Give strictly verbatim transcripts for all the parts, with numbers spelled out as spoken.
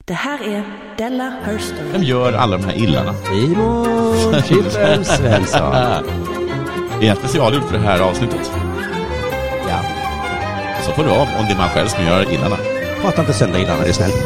Det här är Della Herstory. Vem gör alla de här illarna? Simon Chippen Svensson. Är en specialgjord för det här avsnittet? Ja. Så får det vara om det är man själv som gör illarna. Prata inte sönder illarna, det är snäll.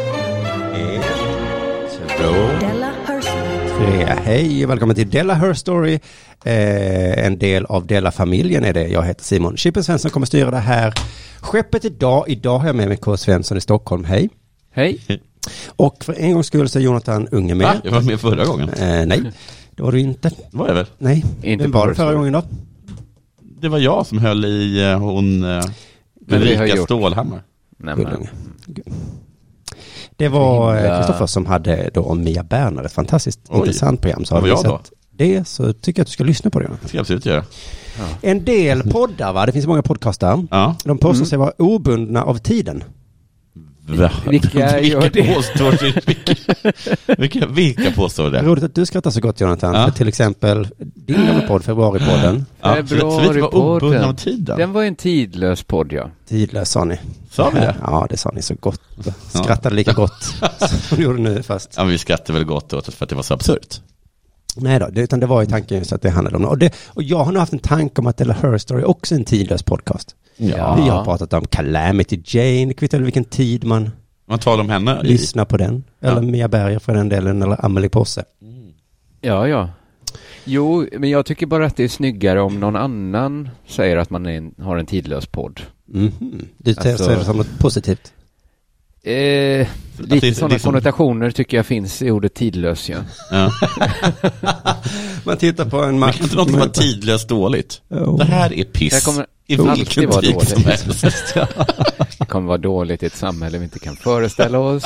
Ett, Della Herstory. tre. Hej och välkommen till Della Herstory. Eh, en del av Della-familjen är det. Jag heter Simon Chippen Svensson, kommer styra det här skeppet idag. Idag har jag med mig K. Svensson i Stockholm. Hej. Hej. Och för en gångs skull så är Jonathan Unge med. Va? Jag var med förra gången. Eh, nej, det var du inte. Det var jag väl? Nej, Inte vem var det förra förra gången då? Det var jag som höll i eh, hon eh, Men vi har Ulrika gjort- Stålhammar. Nej, Gullunge. men, Det var Himla- Kristoffer som hade då om Mia Berner, ett fantastiskt Oj. intressant program. Så Vad har var vi jag då? sett det, så tycker jag att du ska lyssna på det. Det ska jag absolut göra. En del poddar, va? Det finns många podcastar. Ja. De påstår Mm. sig vara obundna av tiden. Va? Vilka gör det? påstår vilka, vilka, vilka påstår det? Roligt att du skrattar så gott, Jonathan. Ja. För till exempel din gamla podd, Februaripodden. Ja, så det- så det var obunden av Februaripodden. tiden. Den var en tidlös podd, ja. Tidlös sa ni. Sa vi det? Ja, det sa ni så gott. Skrattade lika gott som du gjorde nu fast. Ja, men vi skrattade väl gott åt det för att det var så absurt. Nej då, det, utan det var ju tanken just att det handlade om det. Och, det, och jag har nog haft en tanke om att Della Herstory är också en tidlös podcast. Ja. Vi har pratat om Calamity Jane, kvittar vilken tid man Man talar om henne. i- lyssnar på den. Eller Ja. Mia Berger för den delen, eller Amelie Posse. Ja, ja. Jo, men jag tycker bara att det är snyggare om någon annan säger att man är en, har en tidlös podd. Mhm. Du ser Alltså- ser det som något positivt. Eh, det- lite det- sådana liksom- konnotationer tycker jag finns i ordet tidlös, ja. Ja. Man tittar på en Men match. kan inte något vara tidlöst dåligt? Oh. Det här är piss. Det kommer I alltid vilken vara tid dåligt. som helst. Det kommer vara dåligt i ett samhälle vi inte kan föreställa oss.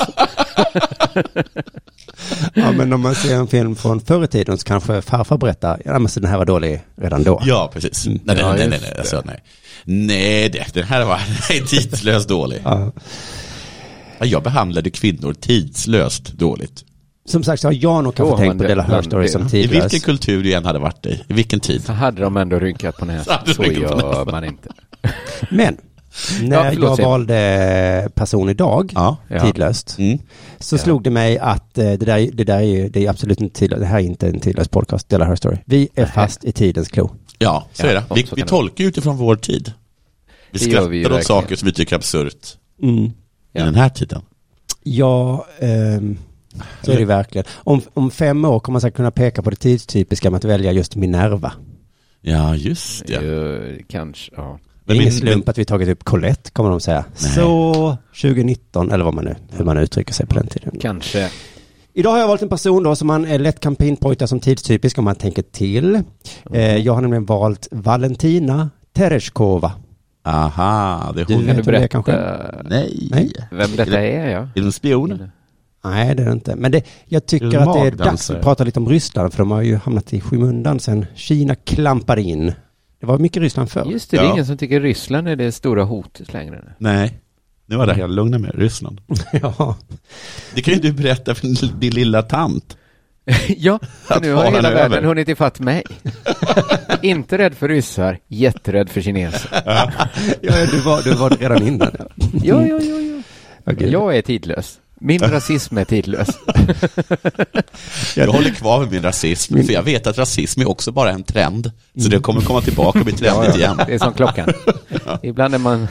Ja, men om man ser en film från förr i tiden så kanske farfar berättar, ja men så den här var dålig redan då. Ja, precis. Nej, nej, Ja, nej, nej, just nej, alltså, nej. Nej, det, den här var nej, tidslöst dålig. Ja. Ja, jag behandlade kvinnor tidslöst dåligt. Som sagt så har jag nog kanske Då, tänkt men på det- Della men Herstory det- som I tidlös. vilken kultur du än hade varit i, i vilken tid. Så hade de ändå rynkat på Så näsan. hade de Så rynkat på gör näsan. man inte. Men när Ja, förlåt, jag Simon. valde person idag, Ja. Ja. tidlöst, Mm. så Ja. slog det mig att eh, det där, det där är ju, det är absolut inte tidlöst. Det här är inte en tidlös podcast, Della Herstory. Vi är fast i tidens klo. Ja, så Ja, är det. Vi, så vi kan det tolkar ju utifrån vår tid. Vi Det gör vi ju skrattar åt verkligen. saker som vi tycker är absurt Mm. i Ja. den här tiden. Ja, ehm, så är det verkligen. Om, om fem år kommer man säkert kunna peka på det tidstypiska med att välja just Minerva. Ja, just det. Eh, kanske, ja. Det är Men ingen min- slump att vi tagit upp Colette, kommer de säga. Nej. Så tjugonitton, eller vad man nu, hur man uttrycker sig på den tiden. Kanske. Idag har jag valt en person då som man eh, lätt kan pinpointa som tidstypisk om man tänker till. Eh, jag har nämligen valt Valentina Tereshkova. Aha, det är Du hon. vet Kan du vem det är berätta kanske? Nej. Nej. vem detta är, ja? Är det en spion? Nej, det är det inte. Men det, jag tycker Är det att det är magdansare? dags att prata lite om Ryssland, för de har ju hamnat i skymundan sen Kina klampade in. Det var mycket Ryssland förr. Just det, det är Ja. ingen som tycker Ryssland är det stora hotet längre. Nej. Nu var det helt lugna med Ryssland. Ja. Det kan ju du berätta för din lilla tant. Ja, för Att nu har faran hela är världen över. hunnit ifatt mig. Inte rädd för ryssar, jätterädd för kineser. Ja, du var, du var redan innan. Ja. Ja, ja, ja, ja. Okej. Jag är tidlös. Min rasism är tidlös. Jag håller kvar med min rasism, för jag vet att rasism är också bara en trend. Så det kommer komma tillbaka och bli trendigt igen. Det är som klockan. Ibland är man...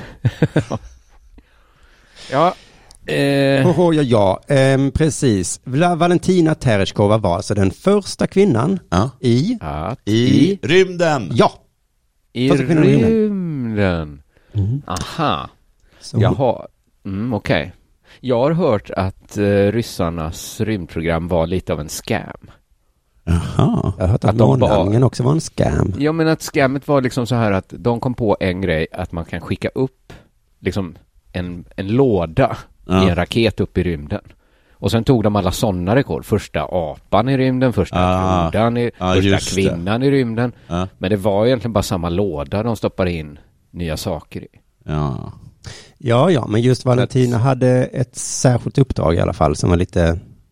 ja. Eh, Oho, ja, ja. Ehm, precis. Vla- Valentina Tereshkova var alltså den första kvinnan Ja. i... att I rymden. Ja! I Första kvinnan i rymden. rymden. Aha. Så hon- Jaha. Mm, okej. Jag har hört att eh, ryssarnas rymdprogram var lite av en scam. Jaha. Jag har hört att, Att de månlandningen också var en scam. Ja, men att scammet var liksom så här att de kom på en grej att man kan skicka upp liksom en, en låda Ja. i en raket upp i rymden. Och sen tog de alla sådana rekord. Första apan i rymden, första Ah. grodan i, Ja, första just det. kvinnan i rymden. Ja. Men det var egentligen bara samma låda de stoppade in nya saker i. Ja. Ja, ja, men just Valentina hade ett särskilt uppdrag i alla fall som var lite...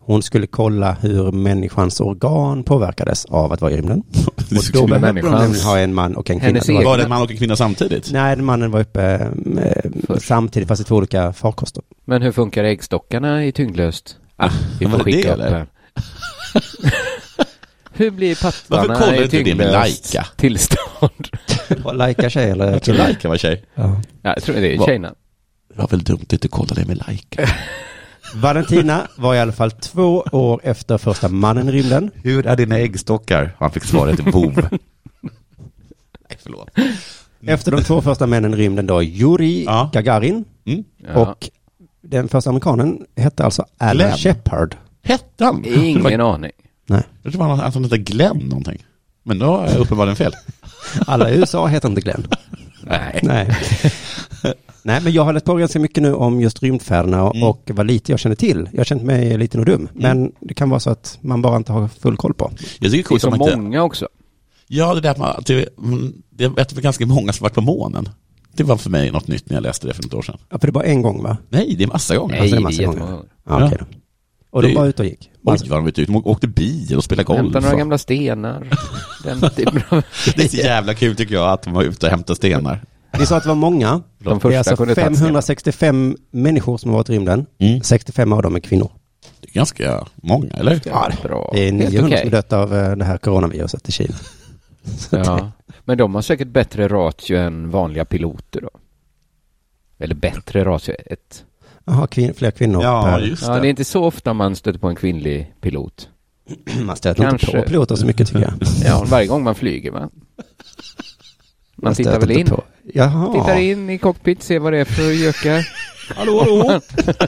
Hon skulle kolla hur människans organ påverkades av att vara i rymden. Och då behövde människan de nämligen ha en man och en kvinna. Hennes Det var- Var det en man och en kvinna samtidigt? Nej, den mannen var uppe eh, samtidigt fast i två olika farkoster. Men hur funkar äggstockarna i tyngdlöst? Ah, vi var får det skicka det, upp eller? här. Hur blir Varför pattarna kollar du i inte det med tyngdlöst Laika? tillstånd? Var Laika tjej eller Jag tror Laika var tjej. Ja. Ja, jag tror det är Va? tjejerna. Det var väl dumt att inte kolla det med Laika. Valentina var i alla fall två år efter första mannen i rymden. Hur är dina äggstockar? Han fick svaret vov. Nej, förlåt. Efter de två första männen i rymden då, Yuri Ja. Gagarin Mm. Ja. och den första amerikanen hette alltså Alan Glenn. Shepard. Hette han? Ingen aning. Nej, Jag tror han som hette Glenn någonting. Men då har jag uppenbarligen fel. alla i U S A heter inte Glenn. Nej. Nej. Nej, men jag har läst på ganska mycket nu om just rymdfärderna och, Mm. och vad lite jag känner till. Jag har känt mig liten och dum. Men det kan vara så att man bara inte har full koll på. Jag tycker det är Det är coolt så som inte... många också. Ja, det där att man, att det, mm, det är väl ganska många som varit på månen. Det var för mig något nytt när jag läste det för något år sedan. Ja, för det var en gång va? Nej, det är massa gånger. Nej, Alltså, det är det är massa jättemånga gånger. gånger. Ja, Ja. okej då. Och de Det- bara ut och gick. Oj, Alltså, vad de vet ut. De åkte bil och spelade golf. Hämta några gamla stenar. Den typen av... Det är så jävla kul tycker jag att de var ute och hämtade stenar. ni sa att det var många. De Det är första alltså kunde ta femhundrasextiofem människor som har varit i rymden. Mm. sextiofem av dem är kvinnor. Det är ganska många, eller? Ja, bra. Det är Helt niohundra okej. som dött av eh, det här coronaviruset i Kina. Ja. Men de har säkert bättre ratio än vanliga piloter då. Eller bättre ratio. Ett... Jaha, kvin- fler kvinnor. Ja, per- just Ja, det är det. inte så ofta man stöter på en kvinnlig pilot. Man stöter inte Kanske. på piloter så mycket tycker jag. Ja, varje gång man flyger va? Man tittar stöter väl inte in. på. Jaha. Tittar in i cockpit, ser vad det är för gökar. Hallå, hallå!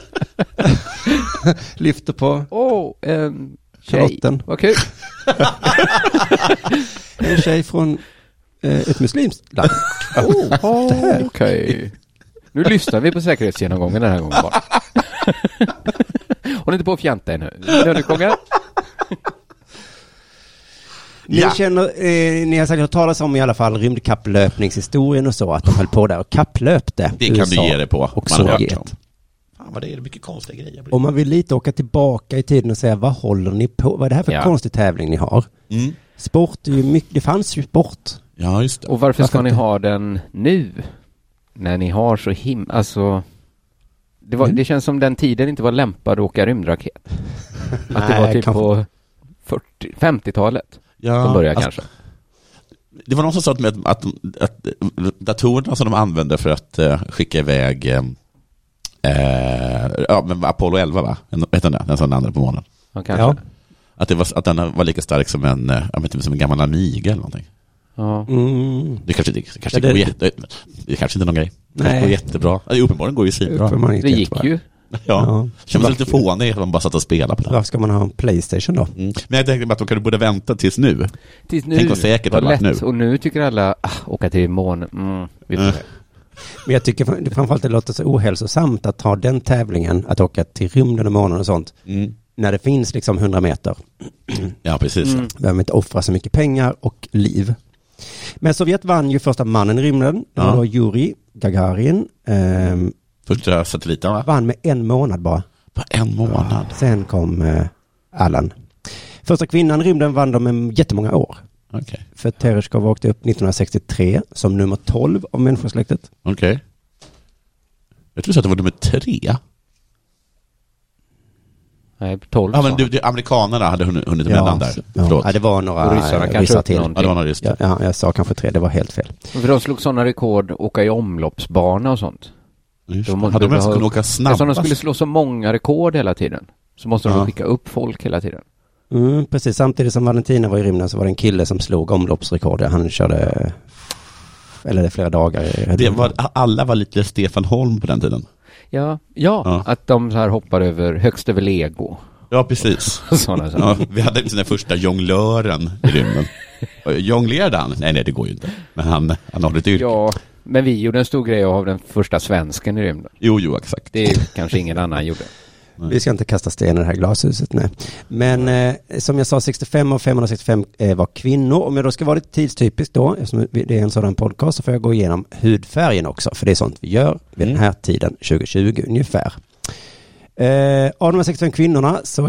Lyfter på Åh, oh, en tjej. kalotten. Vad kul. En tjej från eh, ett muslimskt land. Oh, det här. okej. Nu lyssnar vi på säkerhetsgenomgången den här gången bara. Hon är inte på fjanta ännu. Lönegångar. Ni Ja. känner, eh, ni har säkert hört talas om i alla fall rymdkapplöpningshistorien och så, att de höll på där och kapplöpte Det kan U S A du ge det på. och Man har hört om. Sovjet. Fan vad det är, mycket konstiga grejer. Om man vill lite åka tillbaka i tiden och säga, vad håller ni på? Vad är det här för Ja. konstig tävling ni har? Mm. Sport är ju mycket, det fanns ju sport. Ja, just det. Och varför ska Varför ni inte? ha den nu? När ni har så him... Alltså... Det, var, Mm. det känns som den tiden inte var lämpad att åka rymdraket. Att det Nej, var typ kanske. på fyrtio, femtiotalet. Ja, De börjar alltså, kanske. Det var någon som sa till mig att, att, att datorerna som de använde för att uh, skicka iväg uh, ja, men Apollo elva va? Vet du det? Den som landade på månen. Ja, kanske. Ja. Ja. Att, det var, att den var lika stark som en, uh, jag vet inte, som en gammal Amiga eller någonting. Ja. Mm. Det kanske, det, kanske Ja, det- går jätte, det kanske inte är någon grej. Det Nej. går jättebra. Ja, uppenbarligen går ju svinbra. Uppenbarligen Det inte gick jättebra. ju. Ja. Ja. Känns lite fånig att man bara satt och spelade på det. Varför ska man ha en Playstation då? Mm. Men jag tänkte bara att de kunde borde vänta tills nu. Tills nu Tänk vad säkert var det hade varit lätt. nu. Och nu tycker alla, ah, åka till månen. Mm, vi får Mm. se. Men jag tycker fram- framförallt det låter så ohälsosamt att ha den tävlingen, att åka till rymden och månen och sånt, Mm. när det finns liksom hundra meter. Ja, precis. Mm. Behöver man inte offra så mycket pengar och liv. Men Sovjet vann ju första mannen i rymden. Det Ja. var då Yuri Gagarin. Ehm, Första satelliten va? vann med en månad bara. På en månad. Sen kom eh, Alan. Första kvinnan i rymden vann de med jättemånga år. Okej. För Tereshkov åkte upp nittonhundrasextiotre som nummer tolv av människosläktet. Okej. Jag tror så att det var nummer tre. Nej, tolv. Ja, sa men du, det, amerikanerna hade hunnit, hunnit emellan där. så- Förlåt. ja, det var några Och ryssarna eh, kanske ryssar upp till. någon. Ja, det var några just. Ja, ja, jag sa kanske tre, det var helt fel. han. För de slog sådana rekord, åka i omloppsbana och sånt. Just De det. måste Hade de ens ha- kunnat åka Eftersom de snabbast? skulle slå så många rekord hela tiden, så måste de Ja. skicka upp folk hela tiden. Mm, precis, samtidigt som Valentina var i rymden så var det en kille som slog omloppsrekord. Han körde, eller det är flera dagar. i- Det var, alla var lite Stefan Holm på den tiden. Ja, ja, Ja. att de så här hoppar över, högst över Lego. Ja, precis. Sådana saker. Ja, vi hade inte den första jonglören i rymden. Och jonglerade han? Nej, nej, det går ju inte. Men han, han har ett yrke. Ja, men vi gjorde en stor grej av den första svensken i rymden. Jo, jo, exakt. Det är kanske ingen annan gjorde. Vi ska inte kasta sten i det här glashuset, nej. Men eh, som jag sa, sextiofem av femhundrasextiofem eh, var kvinnor. Om jag då ska vara lite tidstypiskt då, eftersom det är en sådan podcast, så får jag gå igenom hudfärgen också. För det är sånt vi gör vid Mm. den här tiden, tjugo tjugo ungefär. Eh, av de här sextiofem kvinnorna så är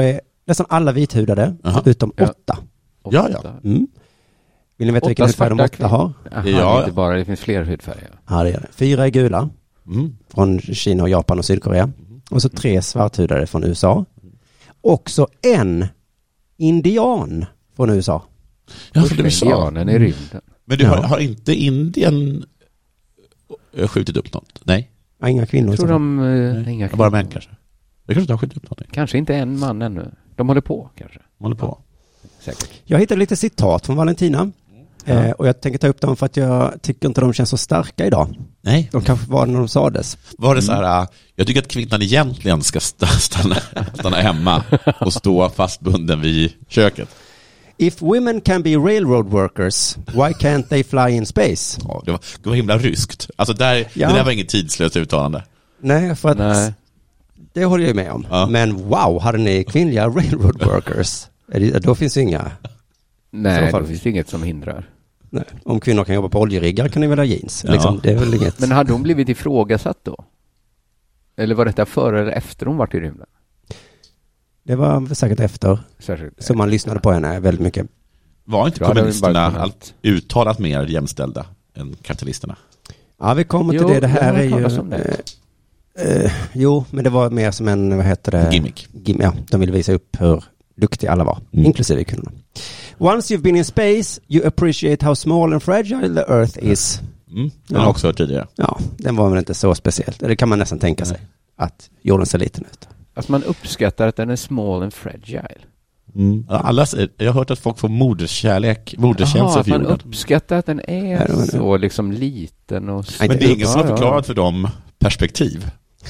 nästan alla vithudade, Aha. utom Ja. åtta. Ja, ja. Mm. Vill ni veta vilken Åtta hudfärg de svarta åtta har? Aha, Ja. inte bara, det finns fler hudfärger. Ja, det är det. Fyra är gula, Mm. från Kina och Japan och Sydkorea. Och så tre svarthudade från U S A. Och så en indian från U S A. Ja, för det sa. Indianen i rymden. Men du Ja. har, har inte Indien eh, skjutit upp något? Nej, Ja, inga kvinnor. Jag tror så. de... eh, Inga bara män kanske. Det kanske inte har skjutit upp någonting. Kanske inte en man ännu. De håller på kanske. De håller på. Säkert. Jag hittade lite citat från Valentina. Eh, och jag tänker ta upp dem för att jag tycker inte de känns så starka idag. Nej. De kanske var när de sades. Var det så här, äh, jag tycker att kvinnan egentligen ska st- stanna, stanna hemma och stå fastbunden vid köket. If women can be railroad workers, why can't they fly in space? Ja, det, var, det var himla ryskt. Alltså där, Ja. det där var inget tidslöst uttalande. Nej, för att Nej. det håller jag ju med om. Ja. Men wow, hade ni kvinnliga railroad workers? Är det, då finns ju inga... I Nej, så fall. det finns inget som hindrar. Nej. Om kvinnor kan jobba på oljeriggar kan ni väl ha jeans? Ja. Liksom, det är väl inget... Men hade hon blivit ifrågasatt då? Eller var detta före eller efter hon varit i rymden? Det var väl säkert efter. Särskilt. Så man lyssnade på henne väldigt mycket. Var inte Då hade vi kommunisterna bara kunnat- allt uttalat mer jämställda än kapitalisterna? Ja, vi kommer till Jo, det. Det här jag har är ju... hört talas om det. Eh, eh, jo, men det var mer som en, vad heter det? Gimmick. Gim, ja, de ville visa upp hur duktiga alla var, Mm. inklusive kvinnorna. Once you've been in space, you appreciate how small and fragile the earth is. Mm. Den har Ja. jag också hört tidigare. Ja, den var väl inte så speciell. Det kan man nästan tänka sig. Att jorden ser liten ut. Att man uppskattar att den är small and fragile. Mm. Alla, säger- jag har hört att folk får moderskärlek, moderkänsla Jaha, för att man jorden. uppskattar att den Ja, är det var det. så liksom liten och... Nej, Men det är ingen som har Ja, ja. förklarat för dem perspektiv.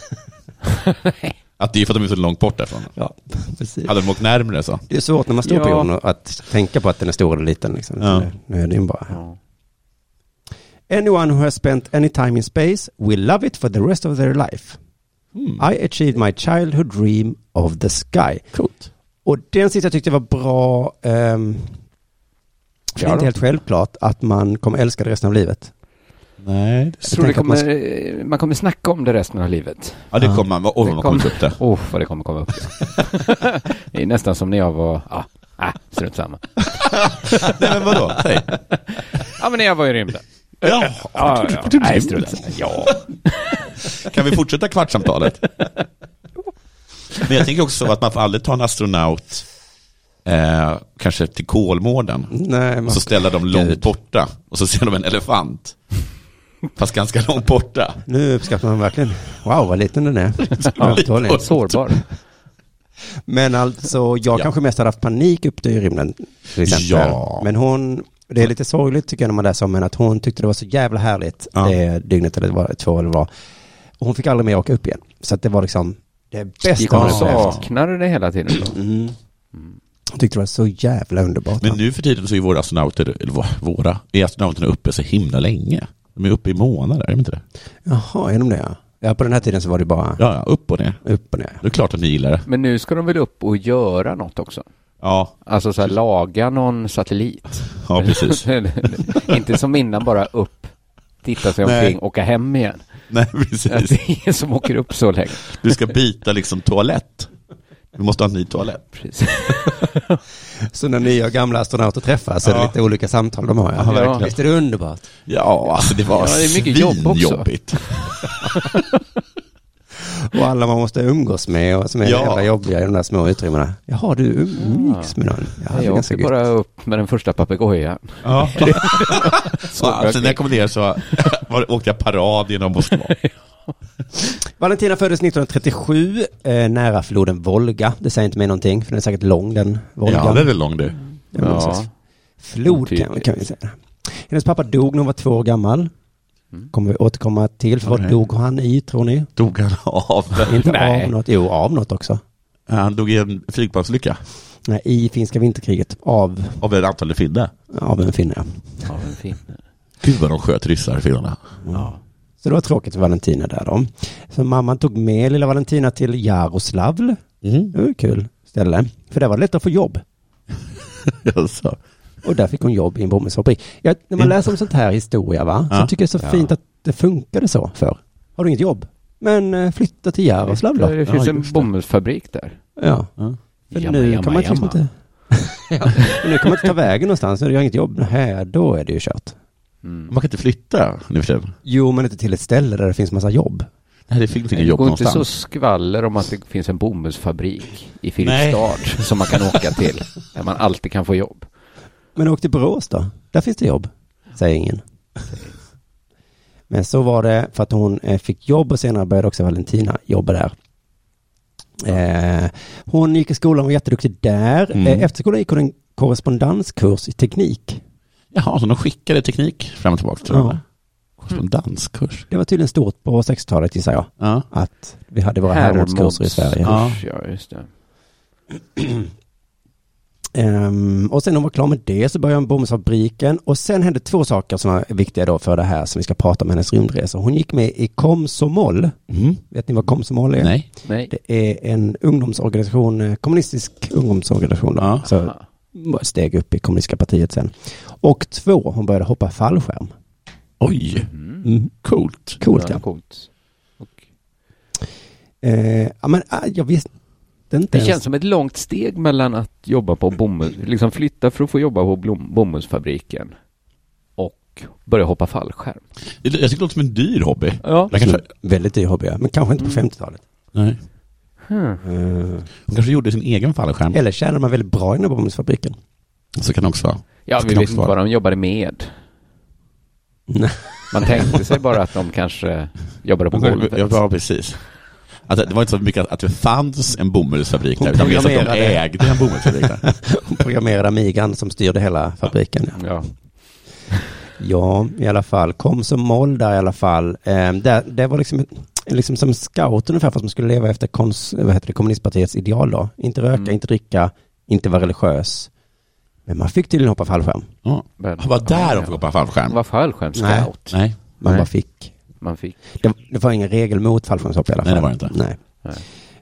Att det är för att de är så långt bort därifrån. Ja, precis. Hade de åkt närmare så? Det är svårt när man står på Ja. jorden att tänka på att den är stor eller liten. Liksom. Ja. Nu- Nu är det ju bara... Ja. Anyone who has spent any time in space will love it for the rest of their life. Mm. I achieved my childhood dream of the sky. Coolt. Och den sista tyckte jag var bra. Um, för det är Ja inte då. helt självklart att man kommer älska det resten av livet. Nej. Jag tror det tänker att man kommer, man kommer snacka om det resten av livet. Ja, det Ja. kommer man. Och Det man kommer- kommer upp det. Åh, oh, vad det kommer komma upp. Det är nästan som när jag var... Ah, ah, strunt samma. Nej, men vadå? Säg. Ja, men när jag var i rymden. Ja, Ja, ja. Nej, strunt samma. Ja. Kan vi fortsätta kvartssamtalet? Men jag tänker också att man får aldrig ta en astronaut eh, kanske till Kolmården Nej, man, och så ställer de långt Gud. borta och så ser de en elefant. Fast ganska långt borta. nu uppskattar man verkligen. Wow, vad liten den är. Ja, Övertålig. Sårbar. Men alltså, jag Ja. kanske mest hade haft panik upp i rymden. Till exempel. Ja. Men hon, det är lite sorgligt tycker jag när man läser om henne, att hon tyckte det var så jävla härligt Ja. det dygnet, eller det var två eller vad det var. Och hon fick aldrig mer åka upp igen. Så att det var liksom det bästa Gick hon hon och hade upplevt. saknade det hela tiden då? Mm. Jag tyckte det var så jävla underbart. Men nu för tiden så är våra astronauter, eller vå- våra, är astronauterna uppe så himla länge. De är uppe i månader, är de inte det? Jaha, är de det? Ja. Ja, på den här tiden så var det bara Ja, ja, upp och ner. upp och ner. Det är klart att ni gillar det. Men nu ska de väl upp och göra något också? Ja, Alltså så här, laga någon satellit. ja precis. Inte som innan bara upp, titta sig Nej. omkring, åka hem igen. Nej, Att precis. det är ingen som åker upp så länge. Du ska byta liksom toalett. Du måste ha en ny toalett. Precis. Så när nya och gamla astronauter träffas så är det Ja. lite olika samtal de har. Ja, Ja. verkligen. Visst är det underbart? Ja, alltså det var Ja, det är mycket jobb också. svinjobbigt. Och alla man måste umgås med och som är Ja. jävla jobbiga i de där små utrymmena. Jaha, du umgicks med någon. Ja, det är Jag ganska åkte gött. bara upp med den första papegojan. Ja. Så Ja, alltså, när jag kom ner så var, åkte jag parad genom Moskva. Valentina föddes nittonhundratrettiosju eh, nära floden Volga. Det säger inte mig någonting, för den är säkert lång, den Volga. Ja, det är lång du. Det är någon Ja. sorts flod kan, Otydlig. kan vi säga. Hennes pappa dog när hon var två år gammal. Mm. Kommer vi återkomma till. För vad Nej. dog han i, tror ni? Dog han av? Inte Nej. av något, jo av något också. Han dog i en flygplansolycka Nej, i finska vinterkriget. Av, av en antal finne. av en finne. Ja. Ja, en fin. Gud vad de sköt ryssar, finnarna. Ja. Så det var tråkigt för Valentina där då. Så mamman tog med lilla Valentina till Jaroslavl. Mm. Det var ett kul ställe. För där var det lätt att få jobb. Jaså. Och där fick hon jobb i en bomullsfabrik. Ja, när man läser om sånt här historia, va, Ja. så tycker jag det är så Ja. fint att det funkade så för. Har du inget jobb? Men eh, flytta till Jaroslavl då. Det finns Ja, en just det. bomullsfabrik där. Ja. Ja. För Jamma, nu jamma, kan man liksom jamma. inte... ja, men nu kan man inte ta vägen någonstans. Nu har jag inget jobb. Här, då är det ju kört. Mm. Man kan inte flytta nu för tiden. Jo, men inte till ett ställe där det finns massa jobb. Nej, det finns inga Det jobb går inte någonstans. så skvaller om att det finns en bomullsfabrik i Filipstad som man kan åka till. Där man alltid kan få jobb. Men åk till Borås då. Där finns det jobb. Säger ingen. Men så var det för att hon eh, fick jobb och senare började också Valentina jobba där. Eh, hon gick i skolan och var jätteduktig där. Mm. Eh, efter skolan gick hon en korrespondenskurs i teknik. Jaha, så de skickade teknik fram och tillbaka tror jag. Ja. Korrespondenskurs. Det var tydligen stort på sextiotalet gissar jag. Ja. Att vi hade våra Hermodskurser i Sverige. Ja. Ja, just det. Um, och sen när hon var klar med det så började hon bomullsfabriken och sen hände två saker som är viktiga då för det här som vi ska prata om hennes rymdresa. Hon gick med i Komsomol. Mm. Vet ni vad Komsomol är? Nej. Nej. Det är en ungdomsorganisation, kommunistisk ungdomsorganisation då. Ja. Så steg upp i kommunistiska partiet sen. Och två, hon började hoppa fallskärm. Oj, Mm. Mm. coolt. Coolt ja. Ja, coolt. Och Eh, ja men ah, jag visste inte det ens. känns som ett långt steg mellan att jobba på bomull, liksom flytta för att få jobba på blom, bomullsfabriken och börja hoppa fallskärm. Jag tycker det låter som en dyr hobby. Ja. Jag kanske... Väldigt dyr hobby, ja. Men kanske inte på Mm. femtiotalet. Nej. Hmm. Eh, Hon kanske gjorde sin egen fallskärm. eller tjänade man väldigt bra i den här bomullsfabriken. Så kan det också vara. Ja, Så vi kan vet också inte vara. vad de jobbade med. Nej. Man tänkte sig bara att de kanske jobbade på golvet. Ja, precis. Att det, det var inte så mycket att, att det fanns en bomullsfabrik där, Hon utan mer så att de programmerade. ägde en bomullsfabrik där. Hon programmerade Amigan som styrde hela fabriken. Ja, Ja. ja i alla fall. Kom som moll där i alla fall. Eh, där, det var liksom, liksom som scout ungefär fast man skulle leva efter kons, vad heter det, kommunistpartiets ideal då. Inte röka, Mm. inte dricka, inte vara religiös. Men man fick tydligen hoppa fallskärm. Ja. Men- Han var där och fick hoppa Han fallskärm. var fallskärmscout. Nej, Man Nej. bara fick. Man fick. Det, det var ingen regel mot fallskärmshopp i alla fall. Nej, det var det inte. Nej. Nej.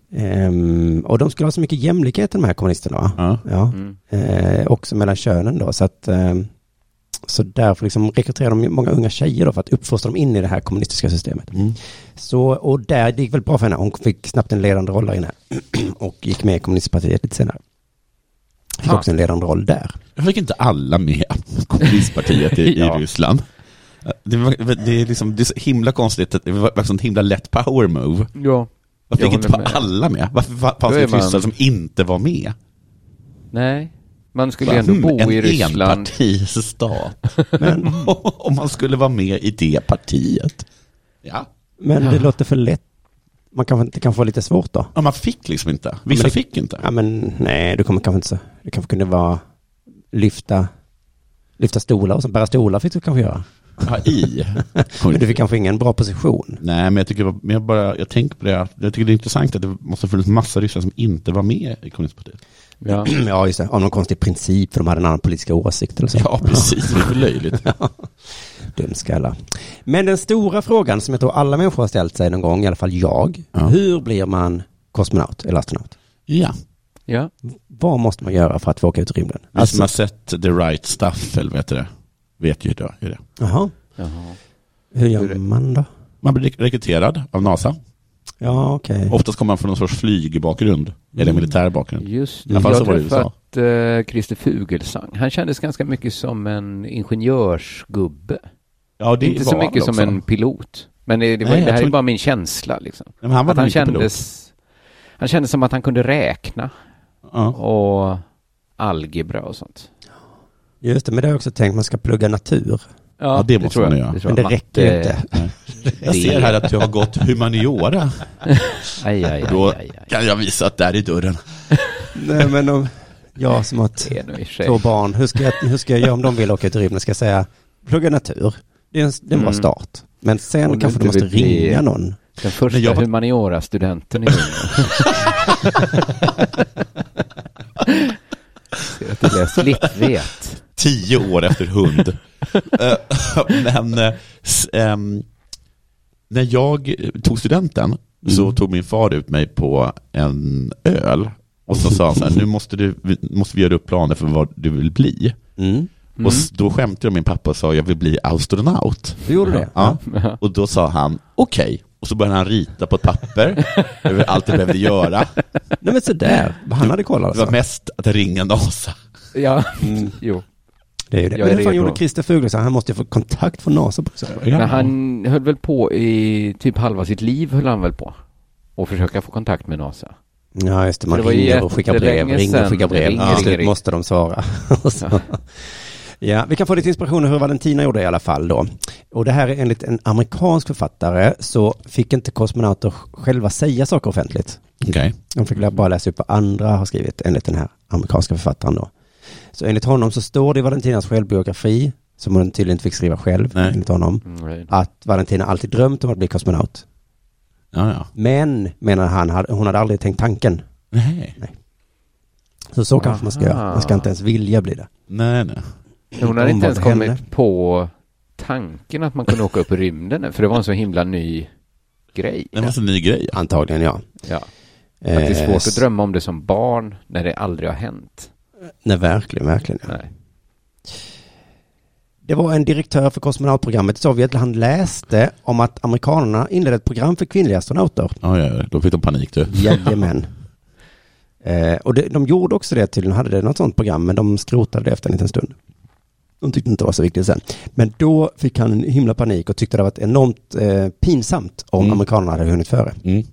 Ehm, och de skulle ha så mycket jämlikhet de här kommunisterna va? ja. Ja. Mm. Eh, också mellan könen då. Så att ehm, så därför liksom rekryterar de många unga tjejer då för att uppfostra dem in i det här kommunistiska systemet. Mm. Så, och där det gick väl bra för henne. Hon fick snabbt en ledande roll där inne. Och gick med i kommunistpartiet lite senare. Fick Ha. också en ledande roll där. Jag fick inte alla med kommunistpartiet i, Ja. i Ryssland. Det, var, det, är liksom, det är så himla konstigt. Att det var en sån himla lätt power move. Ja. Varför Jag fick inte håller med. alla med? Varför fanns Då det är man- ryssar som inte var med? Nej. Man skulle ändå bo en i Ryssland. enpartistat. Men, Om man skulle vara med i det partiet. Ja. men det Ja. låter för lätt. Man kanske inte kan få lite svårt då. Ja, man fick liksom inte. Vissa Men det- fick inte. Ja men nej, du kommer kanske inte så. Det kanske kunde vara lyfta lyfta stolar och så bära stolar fick du kanske göra. Ja, i. Men du fick kanske ingen bra position. Nej, men jag tycker men jag bara jag tänker på det. Jag tycker det är intressant att det måste ha funnits massa ryssar som inte var med i kommunistpartiet. Ja. Ja just det, av någon konstig princip för de hade en annan politisk åsikt eller så. Ja, precis. Det är för löjligt. Dumskallar. Men den stora frågan som jag tror alla människor har ställt sig någon gång, i alla fall jag. Ja. Hur blir man kosmonaut eller astronaut? Ja. Ja. Vad måste man göra för att få åka ut i rymden? Vi som har sett The Right Stuff, eller vad heter det? Vet ju då, hur det är. Jaha, Jaha. hur Hur gör är- man då? Man blir rekryterad av NASA. Ja, okej. Oftast kommer man från någon sorts flygbakgrund. Eller militär bakgrund. Just I alla fall jag så var det i träffat uh, Christer Fuglesang. Han kändes ganska mycket som en ingenjörsgubbe. Ja, det Inte så var mycket väl som också. en pilot. Men det, det, var, Nej, det jag här tror- är bara min känsla liksom. Nej, men han var Att han mycket pilot. kändes, han kändes som att han kunde räkna Ja. och algebra och sånt. Just det, men det har jag också tänkt, man ska plugga natur. Ja, det måste tror man jag. göra. Det tror Men det jag. räcker ju Matte- inte. Jag ser här att du har gått humaniora. Aj, aj, aj, Då aj, aj. kan jag visa att där är dörren. Nej, men om jag som har Det är nog i och för sig. två barn, hur ska, jag, hur ska jag göra om de vill åka ut i rymden? Ska jag säga, plugga natur. Det är en, det är en bra Mm. start. Men sen Om du kanske du inte måste vill bli- ringa någon. Den första Men jag var- humaniora-studenten i Umeå. Ser att du läst Littvet. Tio år efter hund. Eh, Men eh, s- ehm, när jag tog studenten så Mm. tog min far ut mig på en öl. Och så sa han så här, nu måste, du, vi- måste vi göra upp planer för vad du vill bli. Mm. Mm. Och s- då skämtade jag med min pappa och sa, jag vill bli astronaut. Du gjorde det? Ja. Ja. Och då sa han, okej, Och så började han rita på ett papper över allt det behövde göra. Nej men sådär, han hade koll alltså. Det var mest att ringa NASA. Ja, mm. jo. Det är ju det. Jag Men är hur fan redo. gjorde Christer Fuglesang? Han måste ju få kontakt från NASA på det. Ja. Men han höll väl på i typ halva sitt liv höll han väl på. Och försöka få kontakt med NASA. Ja just det, man det var ringer och skickar brev, jättelänge ringer och skickar sedan. brev. Ringer, Ja. Till ringer, slut måste de svara. Så. Ja, vi kan få lite inspiration hur Valentina gjorde i alla fall då. Och det här är enligt en amerikansk författare så fick inte kosmonauter själva säga saker offentligt. Okej. Okay. De fick bara läsa upp vad andra har skrivit enligt den här amerikanska författaren då. Så enligt honom så står det i Valentinas självbiografi, som hon tydligen inte fick skriva själv, Nej. enligt honom, Mm. att Valentina alltid drömt om att bli kosmonaut. Ja, ja. Men, menar han, hon hade aldrig tänkt tanken. Nej. Nej. Så så kanske man ska göra. Man ska inte ens vilja bli det. Nej, nej. Hon hade inte ens Om vad kommit hände. på tanken att man kunde åka upp i rymden. För det var en så himla ny grej. Det var en ny grej. Ja. Antagligen, ja. Ja. Att det är svårt Eh, att drömma om det som barn när det aldrig har hänt. Nej, verkligen, verkligen. Ja. Nej. Det var en direktör för kosmonautprogrammet i Sovjet. Han läste om att amerikanerna inledde ett program för kvinnliga astronauter. Ja, ja, då fick de panik du. Jajamän. eh, och det, de gjorde också det till, de hade det något sånt program, men de skrotade det efter en liten stund. De tyckte inte det var så viktigt sen. Men då fick han en himla panik och tyckte det var enormt eh, pinsamt om Mm. amerikanerna hade hunnit före. Mm.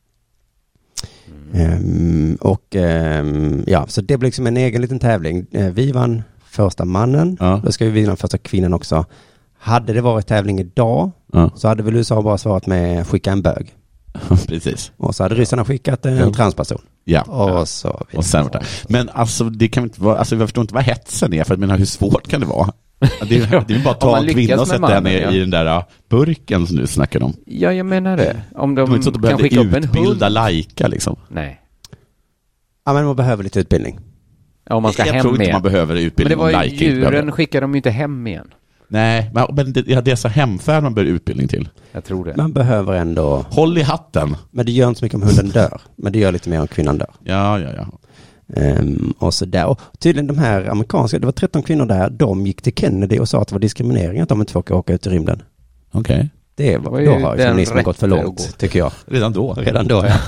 Ehm, och ehm, ja, så det blev liksom en egen liten tävling. Eh, vi vann första mannen. Ja. Då ska vi vinna första kvinnan också. Hade det varit tävling idag Ja. så hade väl U S A bara svarat med skicka en bög. Precis. Och så hade ryssarna skickat en Ja. transperson. Ja. Och så Och sen var det. Men alltså det kan inte vara, alltså jag förstår inte vad hetsen är, för att menar hur svårt kan det vara? Det är, det är bara att Om ta man en lyckas kvinna och med sätta mannen, henne ja. i den där uh, burken som du snackar om. Ja, jag menar det. Om de, Det var inte så att de kan behövde skicka upp en utbilda hund. Laika liksom. Nej. Ja, men man behöver lite utbildning. Ja, om man ska jag hem tror inte igen. man behöver Men det utbildning var om ju Laika inte behöver. djuren skickar de ju inte hem igen. Nej, men, men det, ja, det är så hemfärd man behöver utbildning till. Jag tror det. Man behöver ändå, Håll i hatten. men det gör inte så mycket om hunden dör. Men det gör lite mer om kvinnan dör. Ja, ja, ja. Ehm, och så där. Och tydligen de här amerikanska, det var tretton kvinnor där, de gick till Kennedy och sa att det var diskriminering att de inte får åka ut i rymden. Okej. Okay. Det var var, ju då har ju den feminismen gått för rätte långt, att gå. tycker jag. Redan då. Redan då, ja.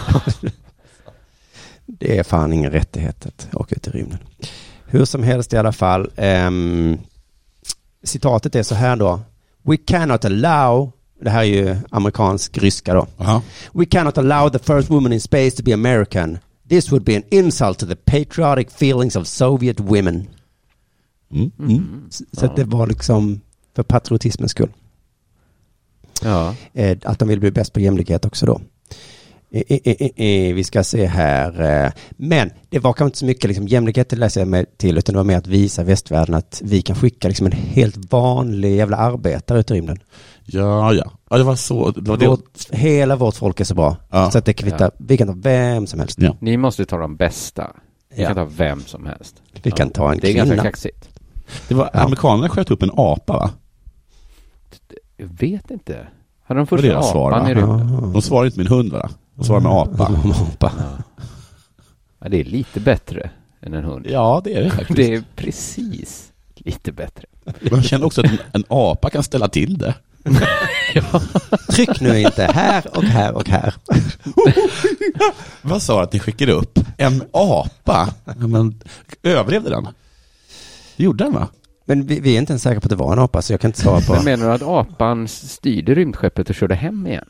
Det är fan ingen rättighet att åka ut i rymden. Hur som helst i alla fall. ehm, citatet är så här då. We cannot allow, det här är ju amerikansk-ryska då. Aha. We cannot allow the first woman in space to be American. This would be an insult to the patriotic feelings of Soviet women. Mm. Mm. Så, så att det var liksom för patriotismens skull. Ja. Eh, att de vill bli bäst på jämlikhet också då. Eh, eh, eh, eh, vi ska se här. Eh, men det var kanske inte så mycket liksom, jämlikhet till läser jag mig till, utan det var mer att visa västvärlden att vi kan skicka liksom, en helt vanlig jävla arbetare ut i rymden. Ja, ja. Ja, det var så. Det var det. Vårt, hela vårt folk är så bra. Ja. Så att det kvittar. Ja. Vi kan ta vem som helst. Ja. Ni måste ta de bästa. Ni Ja. kan ta vem som helst. Vi kan ta en Det är kvinna. ganska kaxigt. Det var, Ja. amerikanerna sköt upp en apa, va? Jag vet inte. Hade de Det var första deras svar, apan va? i rymden? De svarade inte min hund, va? De svarade med apa. apa. Ja, det är lite bättre än en hund. Ja, det är det faktiskt. Det är precis lite bättre. Man känner också att en, en apa kan ställa till det. Tryck nu inte här och här och här. Vad sa du att ni skickade upp? En apa? Ja, men, överlevde den? Det gjorde den, va? Men vi, vi är inte ens säkra på att det var en apa, så jag kan inte svara på. Men menar du att apan styrde rymdskeppet och körde hem igen?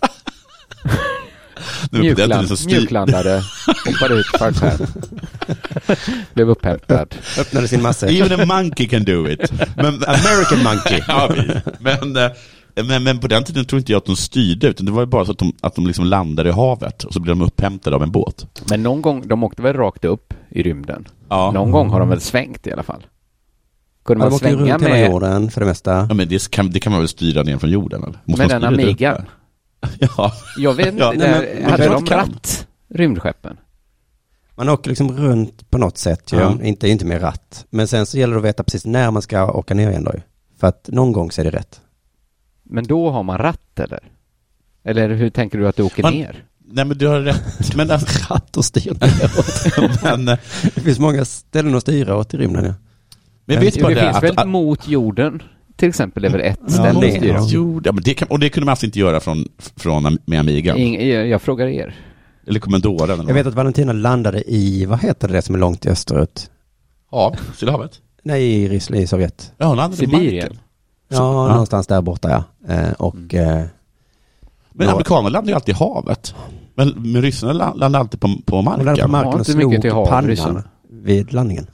Nu på den tiden Mjukland, så styr- mjuklandade, hoppade ut fallskärm. Blev upphämtad. Öppnade sin massa. Even a monkey can do it. Men, American monkey. ja, men, eh, men, men på den tiden tror inte jag att de styrde, utan det var ju bara så att de, att de liksom landade i havet och så blev de upphämtade av en båt. Men någon gång, de åkte väl rakt upp i rymden. Ja. Någon gång har de väl svängt i alla fall. Kunde Ja, de man åker ju svänga runt hela med, jorden för det mesta. Ja, men det kan, det kan man väl styra ner från jorden, eller? Måste med man den styra det Amigan? uppe? Ja. Jag vet inte, Ja, nej, där, men- hade men- de ratt, rymdskeppen? Man åker liksom runt på något sätt. Ju. Ja. Inte, inte med ratt. Men sen så gäller det att veta precis när man ska åka ner igen då. Ju. För att någon gång så är det rätt. Men då har man ratt, eller? Eller hur tänker du att du åker Man- ner? Nej, men du har rätt. Men, alltså, Ratt och styr neråt. men, eh, Det finns många ställen att styra åt i rymden. Ja. men vet Det bara finns det väl att, att, mot jorden till exempel är väl ett Ja, ställe det- att styra. ja. Jo, ja, men det kan, och det kunde man alltså inte göra från, från med Amiga. Ing, jag, jag frågar er. Eller Commodore. Eller Jag vet att Valentina landade i, vad heter det som är långt i österut? Ja, Stilla havet. Nej, i Ryssland, i Sovjet. Ja, hon hade Sibirien. marken. Ja, Så- någonstans där borta, ja. Eh, och... Mm. Eh, Men då- amerikanerna landade ju alltid i havet. Men, men ryssarna la- landade alltid på, på hon landade på marken. marken Ja, och inte mycket slog till hav, pannan ryssarna. vid landningen.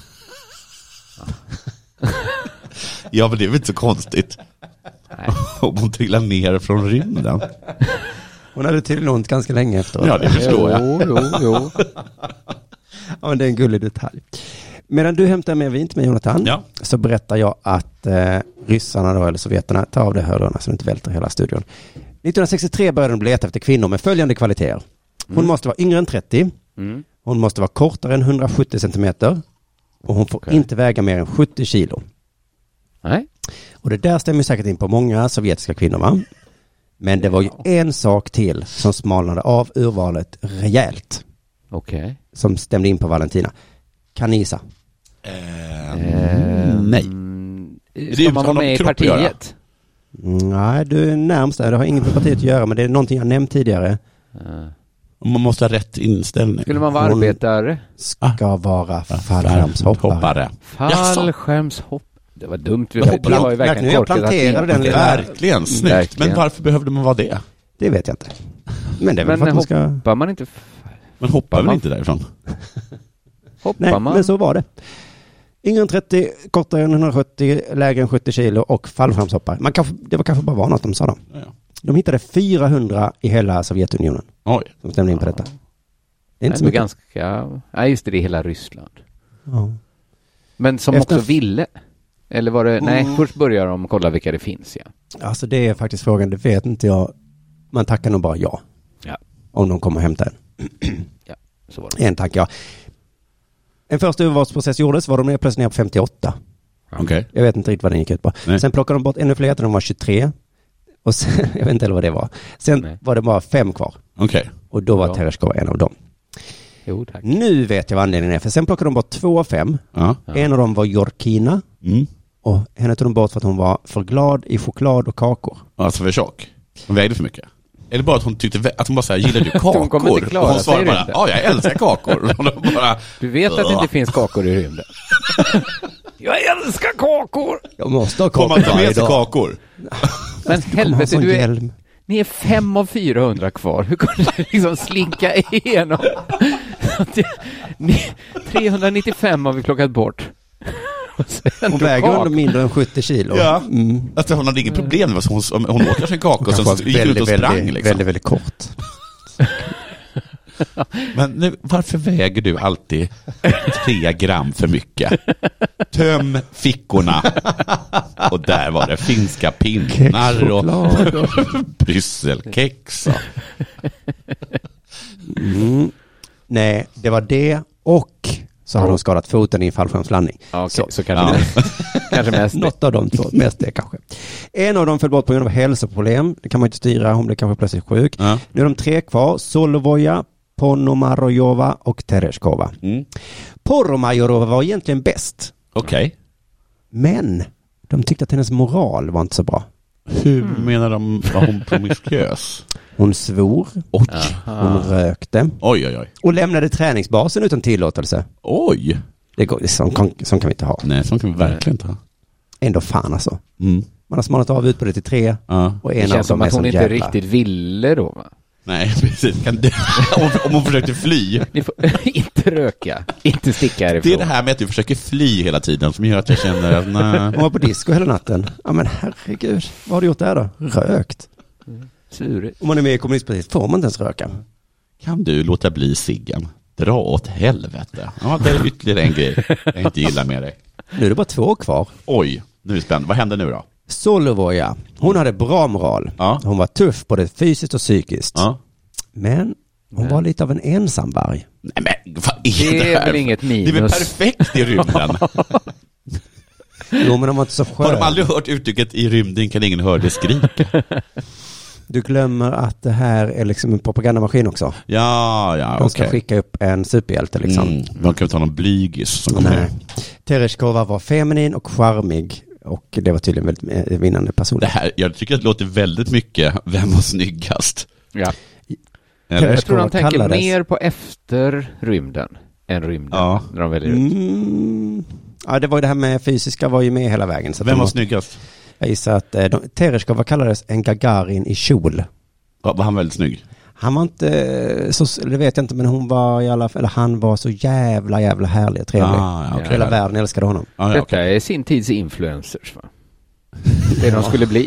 Ja, men det är väl inte så konstigt. Nej. Om hon trillar ner från rymden. Hon hade tydligen ont ganska länge efteråt. Ja, det förstår jag. Jo, jo, jo. Ja, men det är en gullig detalj. Medan du hämtar med vin till mig, Jonathan, Ja. så berättar jag att eh, ryssarna då, eller sovjeterna, tar av det hörlurarna så det inte välter hela studion. nittonhundrasextiotre började de leta efter kvinnor med följande kvaliteter. Hon Mm. måste vara yngre än trettio. Mm. Hon måste vara kortare än hundrasjuttio centimeter. Och hon får Okej. inte väga mer än sjuttio kilo. Nej. Och det där stämmer säkert in på många sovjetiska kvinnor, va? Men det var ju en sak till som smalnade av urvalet rejält. Okej. Som stämde in på Valentina. Kan ni gissa? Eh, Eh, nej. mm, Det Ska är man utan vara med i kropp att göra. partiet? Mm, nej, du är närmst där. Det har inget med partiet att göra, men det är någonting jag nämnt tidigare. Eh, Man måste ha rätt inställning. Skulle man vara Hon- arbetare? Ska vara fallskärmshoppare. Hoppare. Fallskärmshopp. Det var dumt. Vi Men det hoppla- var ju verkligen nu jag korkat att planterade inte- den lilla- Verkligen, snyggt. Verkligen. Men varför behövde man vara det? Det vet jag inte. Men det är väl Men för att man hopp- ska... Hoppar man inte? Men hoppar väl man- inte därifrån? Hoppar Nej, man? men så var det. Yngre än trettio, kortare än hundrasjuttio, lägre än sjuttio kilo och fallskärmshoppare. Man kanske, det var kanske bara var något de sa då. Ja, ja. De hittade fyrahundra i hela Sovjetunionen Oj. som stämde in på detta. Det är inte så Nej, mycket. ganska... Nej, just det, det är hela Ryssland. Ja. Men som Efter- också ville. Eller var det... Nej, först börjar de kolla vilka det finns, ja. Alltså det är faktiskt frågan, det vet inte jag. Man tackar nog bara ja. Ja. Om de kommer och hämtar en. Så var det. En tack ja. En första urvalsprocess gjordes, var de ner plötsligt ner på femtioåtta. Okej. Jag vet inte riktigt vad den gick ut på. Nej. Sen plockade de bort ännu fler, de var tjugotre. Och sen, jag vet inte heller vad det var. Sen Nej. var det bara fem kvar. Okej. Och då var Ja. Tereshkova en av dem. Jo, tack. Nu vet jag vad anledningen är. För sen plockade de bort två av fem. Ja. Ja. En av dem var Jorkina. Mm. Och henne tog de bort för att hon var för glad i choklad och kakor. Alltså för tjock. Hon vägde för mycket. Eller bara att hon tyckte, att hon bara så här, gillar du kakor? Hon kommer inte klara och hon sig svarade i bara, rymden. ja jag älskar kakor. Och hon bara, Du vet att det inte finns kakor i rymden. Jag älskar kakor! Jag måste ha får man kakor ta varje med sig dag. kakor? Men Kommer ha helvete, sån du är, hjälm. ni är fem av fyrahundra kvar. Hur kunde du liksom slinka igenom? Det, ni, trehundranittiofem har vi plockat bort. Och sen Hon då väger kak- ändå mindre än sjuttio kilo. Ja. Mm. Alltså hon hade inget problem med hon, hon åt kanske en kaka och Kanske så var gick ut och sprang väldigt, liksom. väldigt, väldigt kort. Men nu, varför väger du alltid tre gram för mycket? Töm fickorna. Och där var det finska pinnar och Choklad och... brysselkex. och- Mm. Nej, det var det och så har de skadat foten i en fallskärmslandning. Ja, okej, Så- så, kanske, Ja. kanske mest. Något av de två, mest det kanske. En av dem föll bort på grund av hälsoproblem. Det kan man inte styra, hon blev kanske plötsligt sjuk. Ja. Nu är de tre kvar. Solovoja, Ponomarojova och Tereshkova. Mm. Poromajorova var egentligen bäst. Okej. Men de tyckte att hennes moral var inte så bra. Hur menar de, var hon promiskuös? Hon svor, Oj. hon Aha. rökte Oj, oj, oj. och lämnade träningsbasen utan tillåtelse. Oj. Det går, sån, kan, sån kan vi inte ha. Nej, sånt kan vi verkligen inte ha. Ändå fan alltså. Mm. Man har smalnat av utbudet till tre Ja. och Det en av känns som dem är att hon som inte jävla... riktigt ville då, va? Nej, precis. Kan du, om, om hon försökte fly. Ni får inte röka, inte sticka härifrån. Det är det här med att du försöker fly hela tiden som gör att jag känner att nej. Hon var på disco hela natten. Ja men herregud, vad har du gjort där då? Rökt. Surigt. Om man är med i kommunistpartiet får man inte ens röka. Kan du låta bli ciggen? Dra åt helvete. Ja, det är ytterligare en grej jag inte gillar med dig. Nu är det bara två kvar. Oj, nu är det spännande. Vad händer nu då? Solovoja, hon hade bra moral. Ja. Hon var tuff både fysiskt och psykiskt. Ja. Men hon var lite av en ensamvarg. Nej men, vad är Det det, är här? väl inget minus. Det är väl perfekt i rymden? Jo men de var inte så skön. Har de aldrig hört uttrycket i rymden kan ingen höra det skrika? Du glömmer att det här är liksom en propagandamaskin också. Ja, ja, De ska okej. skicka upp en superhjälte liksom. Mm. Man kan ta någon blygis som kommer Nej. ner. Tereshkova var feminin och charmig. Och det var tydligen väldigt vinnande person. Det här, jag tycker att det låter väldigt mycket vem var snyggast. Ja. Eller? Jag tror de tänker kallades. mer på efter rymden än rymden. Ja. När de väljer ut. Mm. Ja, det var ju det här med fysiska var ju med hela vägen. Så Vem var de, snyggast? jag gissar att eh, de, Tereshkova kallades en Gagarin i kjol. Ja, var han väldigt snygg? Han var inte så, det vet jag inte, men hon var i alla fall, eller han var så jävla jävla härlig och trevlig. Ah, ja, okay. Hela världen älskade honom. Ah, ja, Detta okay. är sin tids influencers, va? Det de skulle bli.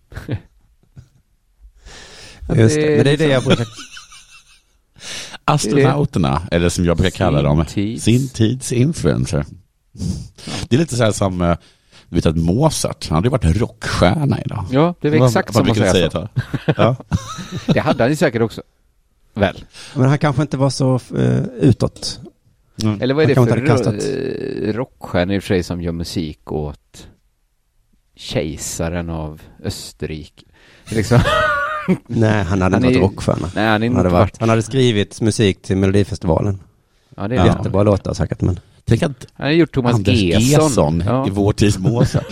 Just det, men det är det jag brukar... Astronauterna, eller som jag brukar kalla dem, tids. sin tids influencer. Det är lite så här som, du vet att Mozart, han hade ju varit rockstjärna idag. Ja, det är exakt vad, som vad att säga säga så. Ja. Det hade han ju säkert också. Väl? Men han kanske inte var så uh, utåt. Mm. Eller vad är det Han för kanske inte hade ro- rockstjärnor i och för sig som gör musik åt kejsaren av Österrike? Liksom. Nej, han hade Han inte är- varit rockstjärna. Nej, han är Han inte hade, varit. varit, han hade skrivit musik till Melodifestivalen. Ja, det är Ja. det. Jättebra låtar säkert, men... Tänk att Han har gjort Thomas Anders Gesson. Gesson Ja. i vår tids Mozart.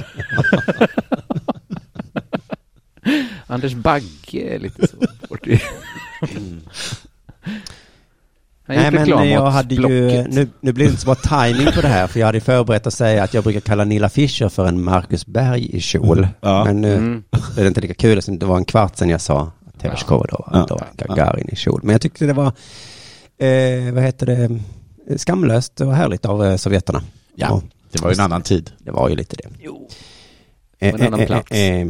Anders Bagge är lite så. Mm. Han har Nej, gjort reklam men jag åt hade ju, Blocket. nu, nu blir det inte så bra timing på det här, för jag hade förberett att säga att jag brukar kalla Nilla Fischer för en Marcus Berg i kjol. Ja. Men nu Mm. är det inte lika kul, som det var en kvart sedan jag sa att Tereshkova då, Ja. då Gagarin i kjol. Men jag tyckte det var, eh, vad heter det, skamlöst och härligt av eh, sovjeterna. Ja, Och det var ju en annan tid. det var ju lite det. Jo. Eh, På en annan eh, plats. eh, eh,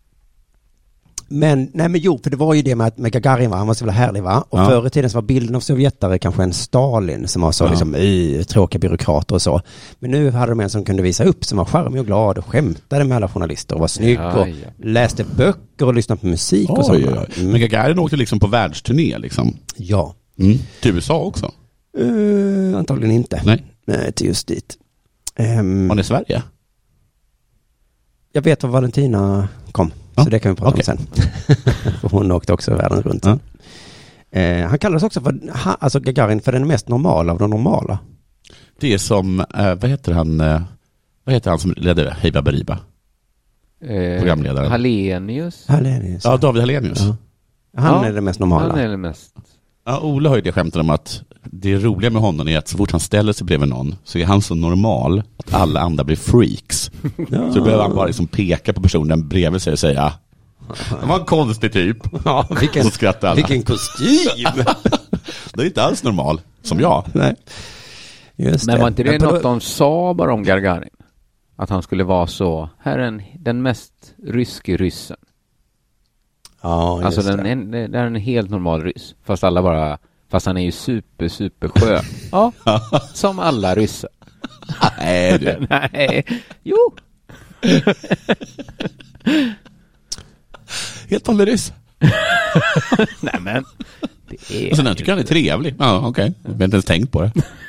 Men, nej men jo, för det var ju det med, att- med Gagarin, va? Han var så jävla härlig, va? Och Ja. förr i tiden så var bilden av sovjetare kanske en Stalin som var så Ja. liksom, "Ih, tråkiga byråkrater och så. Men nu hade de en som kunde visa upp, som var charmig och glad och skämtade med alla journalister och var snygg Ja, och ja. läste böcker och lyssnade på musik och Oj, så. oj, oj. Men Mm. Gagarin åkte liksom på världsturné liksom. Ja. Mm. Till U S A också. Uh, antagligen inte. Nej. Nej, till just dit. Um, Var ni i Sverige? jag vet var Valentina kom, Ja. så det kan vi prata Okej. om sen. För hon åkte också världen runt. Ja. Eh, han kallades också för, ha, alltså Gagarin, för den mest normala av de normala. Det är som, eh, vad heter han, eh, vad heter han som ledde Hej Baberiba? Eh, Programledaren. Hallenius. Hallenius. Ja, David Hallenius. Ja. Han Ja, är den mest normala. Han är det mest. Ja, Ola har ju det skämtet om att det roliga med honom är att så fort han ställer sig bredvid någon så är han så normal att alla andra blir freaks. Ja. Så då behöver han bara liksom peka på personen bredvid sig och säga det var en konstig typ. Ja, vilken, Så skrattar alla. vilken kostym! Det är inte alls normal, som jag. Nej. Just Men var inte det Men på- något de sa bara om Gagarin? Att han skulle vara så, här är en, den mest ryske ryssen. Ja, just Alltså den, det. en, det är en helt normal ryss. Fast alla bara, fast han är ju super, super skön. Ja, som alla ryssar. Nej, du. Nej, jo. Helt vanlig ryss. Nej men, det är Och sen jag tycker han är trevlig. Ja, okej. Okay. Jag har inte ens tänkt på det.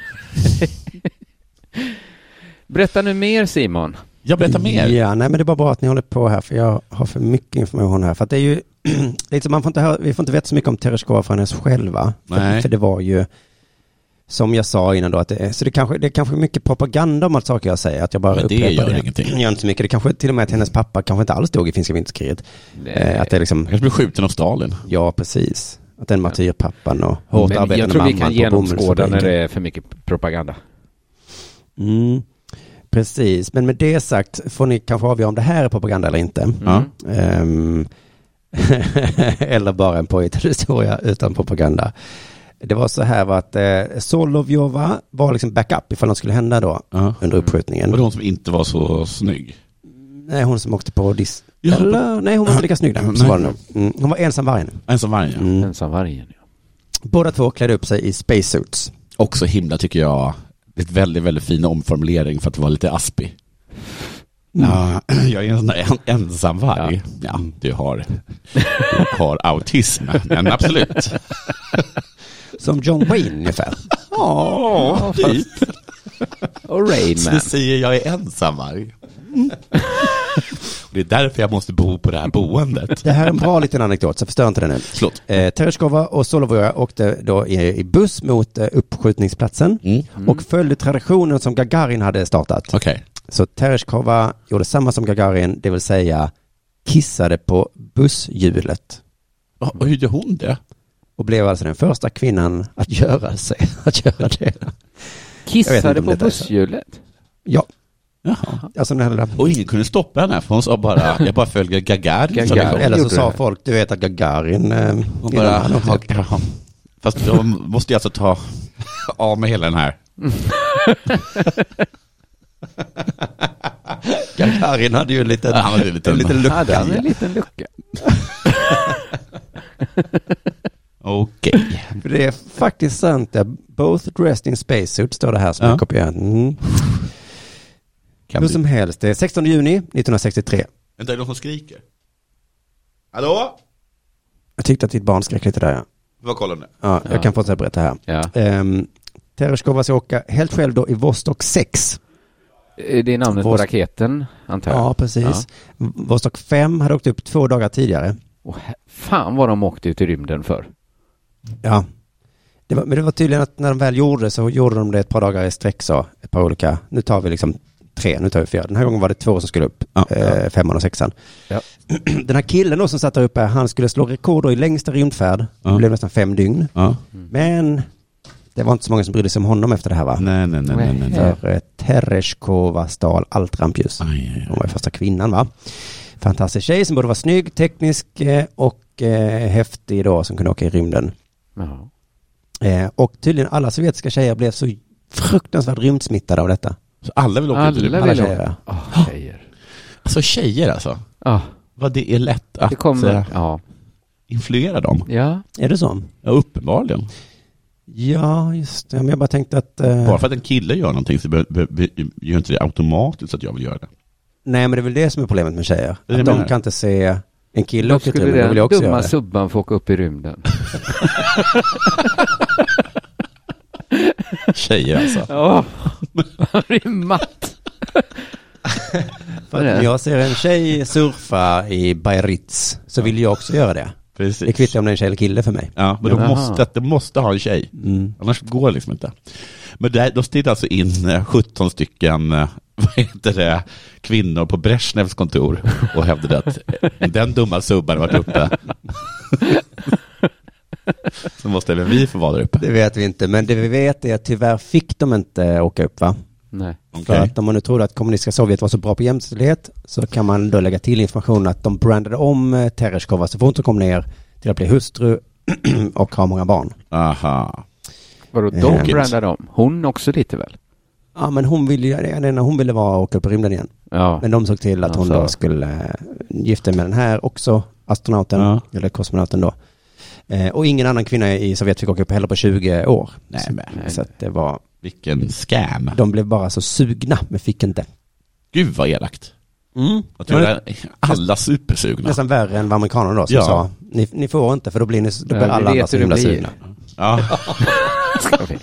Berätta nu mer, Simon. Jag berättar mer. Ja, nej men det är bara bra att ni håller på här, för jag har för mycket information här. För att det är ju, liksom, man får inte höra, vi får inte veta så mycket om Tereshkova från hennes själva. För, Nej. för det var ju, som jag sa innan då, att det är, så det kanske, det är kanske mycket propaganda om allt saker jag säger, att jag bara Men det upprepar gör det. ingenting. Gör inte så mycket. Det kanske till och med att hennes pappa kanske inte alls stod i finska vinterkriget. Eh, att det är liksom, Jag kanske blir skjuten av Stalin. ja precis. Att den martyrpappan och hårt Men arbetande jag tror vi mamman kan på genomskåda när bomullsfabriken. det är för mycket propaganda. Mm. Precis, men med det sagt får ni kanske avgöra om det här är propaganda eller inte. Ja. Ehm, eller bara en påhittad historia utan propaganda. Det var så här var att eh, Solovjova var liksom backup ifall något skulle hända då Ja. under uppskjutningen. Och de som inte var så snygg. Nej, hon som åkte på dis... Ja. Eller, nej, hon var inte lika snygg där. Så Nej. var det nog. Mm, hon var ensam vargen. Ensam vargen. Ja. Mm. Ensamvargen, ja. Båda två klädde upp sig i spacesuits. Också himla tycker jag. Det är ett väldigt, väldigt fin omformulering för att vara lite aspig. Ja, jag är en sån där en, ensam varg. Ja. Ja, du har, du har autism. Men absolut. Som John Wayne ungefär. Ja, typ. Och Rain Så Man. det säger jag är ensam varg. Och det är därför jag måste bo på det här boendet. Det här är en bra liten anekdot, så förstör inte den nu. Förlåt. Eh, Tereshkova och Solovjova åkte då i, i buss mot eh, uppskjutningsplatsen Mm. och följde traditionen som Gagarin hade startat. Okej. Så Tereshkova gjorde samma som Gagarin, det vill säga kissade på busshjulet. Och hur gjorde hon det? Och blev alltså den första kvinnan att göra sig, att göra det. Kissade på busshjulet? Ja. Jaha. Alltså den här... Och ingen kunde stoppa henne, för hon sa bara, jag bara följer Gagarin. Gagarin. Eller så gjorde sa det. folk, du vet att Gagarin... Eh, Hon innan bara, han åkte- jaha. Fast då måste jag alltså ta av med hela den här. Gagarin hade ju en liten, Ja, han hade en liten- en liten lucka. Hade han en liten lucka? Okej. För det är faktiskt sant. Där. Both dressed in spacesuit står det här som Ja. är kopierat. Mm. Kan Hur bli. som helst, det är sextonde juni nittonhundrasextiotre. Vänta, är det någon som skriker? Hallå? Jag tyckte att ditt barn skrek lite där. Ja. Vad kollar nu? Ja, jag Ja. kan fortsätta berätta här. Ja. Um, Tereshkova ska åka helt själv då i Vostok sex. Det är namnet på Vost- raketen, antar jag. Ja, precis. Vostok fem hade åkt upp två dagar tidigare. Och he- fan vad de åkte ut i rymden för. Ja. Det var, men det var tydligen att när de väl gjorde så gjorde de det ett par dagar i sträck, så ett par olika. Nu tar vi liksom tre, nu tar vi fyra. Den här gången var det två som skulle upp, Ja. eh, femman och sexan. Ja. Den här killen då som satt där uppe, han skulle slå rekord i längsta rymdfärd. Ja. Det blev nästan fem dygn. Ja. Men det var inte så många som brydde sig om honom efter det här, va? Nej, nej, nej, nej, nej. nej. För eh, Tereshkova stal allt rampljus. Aj, aj, aj. Hon var ju första kvinnan, va? Fantastisk tjej som både var snygg, teknisk eh, och eh, häftig då, som kunde åka i rymden. Ja. Eh, och tydligen alla sovjetiska tjejer blev så fruktansvärt rymdsmittade av detta. Så alla vill åka ut i rymden? Alla Alla vill tjejer. åka. Åh, tjejer. Alltså tjejer alltså. Ja, Vad det är lätt att det kommer. eh, Ja. influera dem. Ja. Är det så? Ja, uppenbarligen. Ja, just det. Men jag bara tänkte att... Eh, Bara för att en kille gör någonting så be- be- be- gör inte det automatiskt att jag vill göra det. nej, men det är väl det som är problemet med tjejer. Det är det Att jag de menar. kan inte se en kille Då åka ut i skulle rymden. Då vill jag den också dumma göra det. subban få åka upp i rymden. Tjejer alltså. Ja, rymmat. För att om jag ser en tjej surfa i Biarritz så vill jag också göra det. Precis. Det kvittar om det är en tjej eller kille för mig. Ja, men då Jaha. måste, det måste ha en tjej. Mm. Annars går det liksom inte. Men där, de stod alltså in eh, sjutton stycken eh, vad heter det, kvinnor på Brezhnevs kontor och hävdade att eh, den dumma subban varit uppe. Så måste även vi få vara där uppe. Det vet vi inte, men det vi vet är att tyvärr fick de inte åka upp, va? Nej. För Okej. att om man nu trodde att kommunistiska Sovjet var så bra på jämställdhet så kan man då lägga till information att de brandade om eh, Tereshkova så fort hon kom ner till att bli hustru och ha många barn. Aha. Vadå, Eh, de brandade om? Hon också lite väl? Ja, men hon ville ju, det enda hon ville vara åka upp i rymden igen. Ja. Men de såg till att hon Alltså. då skulle eh, gifta med den här också, astronauten, Ja. eller kosmonauten då. Eh, och ingen annan kvinna i Sovjet fick åka upp heller på tjugo år. Nej, så, men. så att det var, Vilken scam. de blev bara så sugna, men fick inte. Gud vad elakt. Mm. Jag tror det är alla supersugna. Nästan värre än vad amerikanerna då som Ja. sa, ni, ni får inte för då blir, ni, då Ja, blir vi alla vet andra så hur det himla blir. sugna. Ja. Ska vi?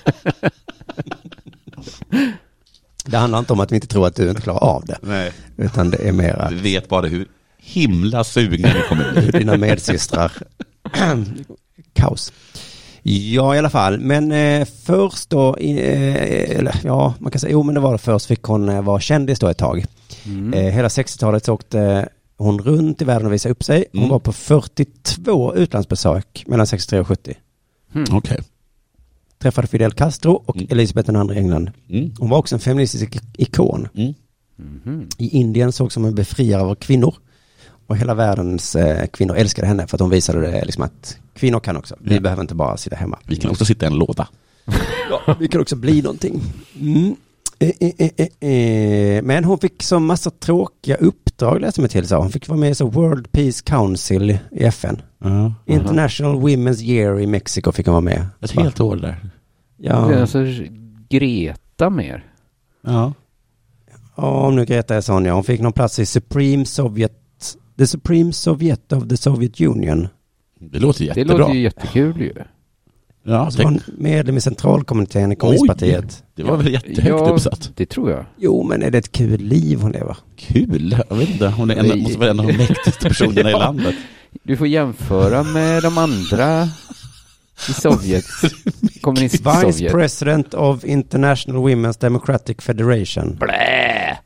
Det handlar inte om att vi inte tror att du inte klarar av det, Nej. utan det är mer att Vi vet bara hur himla sugna vi kommer bli. dina medsystrar kaos. Ja, i alla fall. Men eh, först då, eh, eller, ja, man kan säga, jo men det var det först fick hon eh, vara kändis då ett tag. Mm. Eh, hela sextiotalet så åkte hon runt i världen och visade upp sig. Hon Mm. var på fyrtiotvå utlandsbesök mellan sextiotre och sjuttio. Mm. Okej. Träffade Fidel Castro och Mm. Elisabeth den andra i England. Mm. Hon var också en feministisk ikon. Mm. Mhm. I Indien såg som en befriare av kvinnor. Och hela världens eh, kvinnor älskade henne för att hon visade det liksom att kvinnor kan också. Vi Ja. behöver inte bara sitta hemma. Vi kan också sitta i en låda. Ja, vi kan också bli någonting. Mm. Eh, eh, eh, eh, eh. Men hon fick så massa tråkiga uppdrag, läste mig till så. Hon fick vara med i så World Peace Council i F N. Ja. International Women's Year i Mexiko fick hon vara med. Ett helt år där. Det är Ja, alltså Greta mer. Ja. ja, om nu Greta är sån, ja. Hon fick någon plats i Supreme Soviet, the Supreme Soviet of the Soviet Union. Det låter Det jättebra. låter ju jättekul ju. Ja, Så var hon tänk, medlem i centralkommittén i kommunistpartiet. det var väl jättehögt Ja, uppsatt. det tror jag. Jo, men är det ett kul liv hon lever? Kul. Jag vet inte. Hon är en, Nej. måste vara en av de mäktigaste personerna i Ja. landet. Du får jämföra med de andra i Sovjet. Kommunist Vice Sovjet. President of International Women's Democratic Federation. Blä!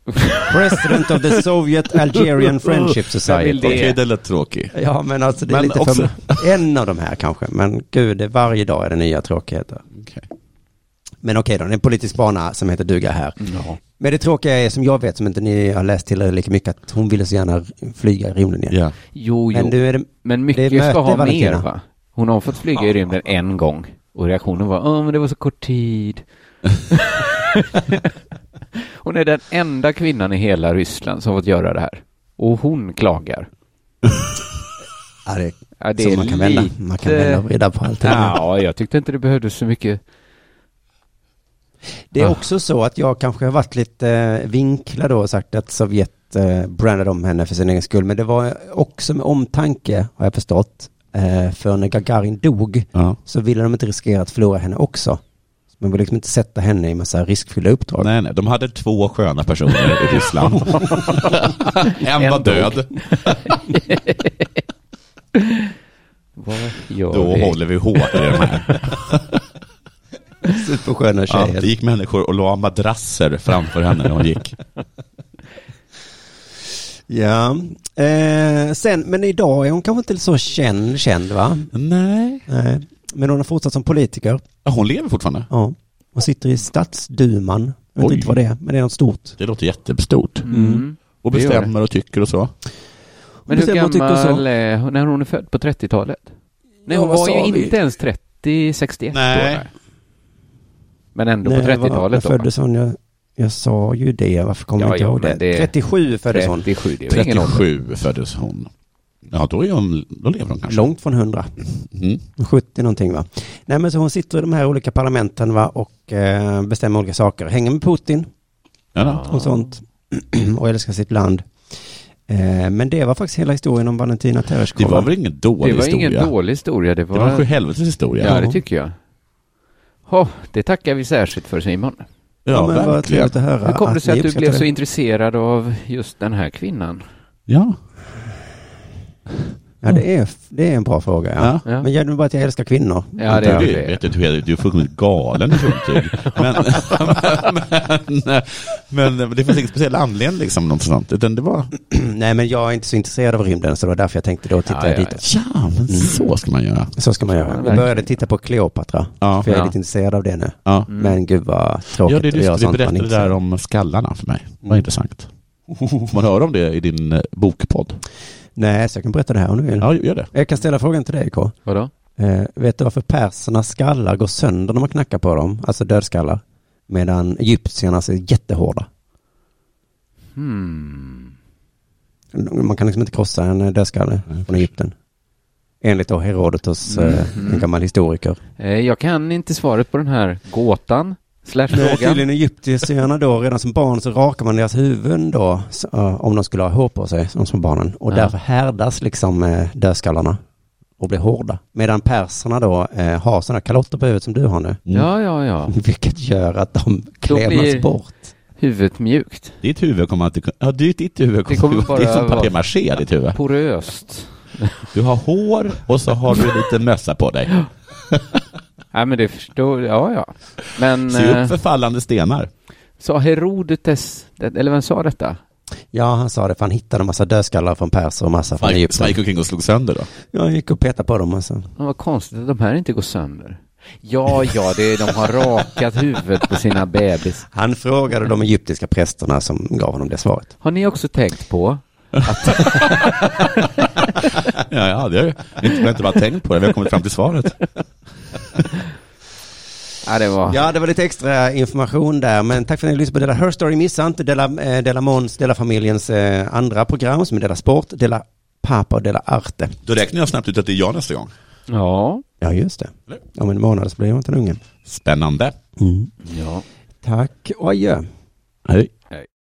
President of the Soviet Algerian Friendship Society. Okej, okay, det lät tråkigt. Ja, men alltså det är men lite också... för en av de här kanske. Men gud, det, varje dag är det nya tråkigheter. Okay. Men okej okay då, det är en politisk bana som heter duga här. Ja. Men det tråkiga är, som jag vet, som inte ni har läst till lika mycket, att hon ville så gärna flyga i rymden igen. Ja. Jo, jo. Men, du är det, men mycket det är ska ha Valentina. mer, va? Hon har fått flyga i rymden en gång. Och reaktionen var, åh, men det var så kort tid. Hon är den enda kvinnan i hela Ryssland som har fått göra det här. Och hon klagar. Ja, det, ja, det så är man kan vända. lite... Man kan vända och vrida på allt. Ja, jag tyckte inte det behövdes så mycket. Det är också så att jag kanske har varit lite eh, vinklad då och sagt att Sovjet eh, brandade om henne för sin egen skull. Men det var också med omtanke, har jag förstått. Eh, för när Gagarin dog ja. så ville de inte riskera att förlora henne också. Man vill liksom inte sätta henne i massa riskfyllda uppdrag. Nej, nej. De hade två sköna personer i Ryssland. En var död. Vad gör Då vi? håller vi hårt i den här. Supersköna Ja, tjejer. det gick människor och la madrasser framför henne när hon gick. Ja. Eh, sen, men idag är hon kanske inte så känd, känd va? Nej. Nej. Men hon har fortsatt som politiker. Ja, hon lever fortfarande. Ja. Hon sitter i stadsduman. Jag vet Oj. inte vad det är, men det är något stort. Det låter jättestort. Mm. Och Det gör bestämmer och tycker och så. Men hur Bestämmer och tycker och så. gammal är hon när hon är född på trettiotalet? Nej, hon Ja, vad var ju sa vi? inte ens trettio, sextioett Nej. år. Men ändå Nej, på trettiotalet vad, då. föddes hon? Jag, jag sa ju det. Varför kommer Ja, jag inte ja, ihåg det? men det- trettiosju föddes hon. trettiosju, det är väl ingen ålder. trettiosju föddes hon. Ja, då, är hon, då lever hon kanske. Långt från hundra. Mm. sjuttio någonting va. Nej men så hon sitter i de här olika parlamenten va och eh, bestämmer olika saker. Hänger med Putin Ja, då. och sånt. Och älskar sitt land. Eh, men det var faktiskt hela historien om Valentina Det Tereshkova. var väl ingen dålig Det var historia? ingen dålig historia. Det var, Det var en sjuhelvetes historia. Ja, det tycker jag. Oh, det tackar vi särskilt för, Simon. Ja, Ja, men vad verkligen. trevligt att höra. Hur kom det sig ni att du uppskattar blev det. så intresserad av just den här kvinnan? Ja. Ja, det är, det är en bra fråga. Ja. Ja. Ja, Men jag nu bara att jag älskar kvinnor. ja det Du, är du, det. vet du, du, är- du är fullkomligt galen i Fultyg. men, men, men, men det finns ingen speciell anledning liksom, något sånt. Utan det var... Nej, men jag är inte så intresserad av rymden så det var därför jag tänkte då titta Ja, ja, dit. Ja, men så ska man göra. Så ska man göra. Ja, Jag började titta på Kleopatra. Ja, För jag är Ja. lite intresserad av det nu. ja. Mm. Men gud vad tråkigt Ja, det är att du göra skulle sånt man berätta inte det där ser. om skallarna för mig. Vad intressant. Får man höra om det i din eh, bokpodd? Nej, så jag kan berätta det här om du vill. Ja, gör det. Jag kan ställa frågan till dig, K. Vadå? Eh, vet du varför persernas skallar går sönder när man knackar på dem? Alltså dödskallar. Medan egyptiernas är jättehårda. Hmm. Man kan liksom inte krossa en dödskalle från Egypten. Enligt då Herodotus, eh, en gammal historiker. Eh, Jag kan inte svaret på den här gåtan slash Nej, frågan. tydligen egyptierna då, redan som barn så rakar man deras huvuden då, så, uh, om de skulle ha hår på sig, de små barnen. Och Ja. därför härdas liksom uh, dödskallarna och blir hårda. Medan perserna då uh, har sådana kalotter på huvudet som du har nu. Ja, ja, ja. Vilket gör att de Då klämmas blir- bort. Huvudet mjukt. Ditt huvud kommer alltid... Ja, det, ditt huvud Det kommer, kommer bara det är som vara- papier-maché, ditt huvud. Poröst. Du har hår och så har du en liten mössa på dig. Nej, men det förstår... Ja, ja. Men Se eh, upp för fallande stenar. sa Herodotus, det- eller vem sa detta? Ja, han sa det, för han hittade en massa dödskallar från perser och massa från Så Egypten. man gick omkring och slog sönder då. Ja, jag gick och petade på dem alltså. Ja, vad konstigt att de här inte går sönder. Ja, ja, det är, de har rakat huvudet på sina bebis. Han frågade de egyptiska prästerna som gav honom det svaret. Har ni också tänkt på Ja, ja, det har jag inte, jag har inte bara tänkt på det. Vi har kommit fram till svaret. Ja, det var... Ja, det var lite extra information där, men tack för att ni lyssnade på Della Her Story. Missa inte Della, eh, Della Måns, Della Familjens eh, andra program som är Della Sport, Della Pappa och Della Arte. Då räknar jag snabbt ut att det är jag nästa gång. Ja. Ja, just det. Om en månad så blir jag inte en unge. Spännande. Mm. Ja. Tack och adjö. Hej.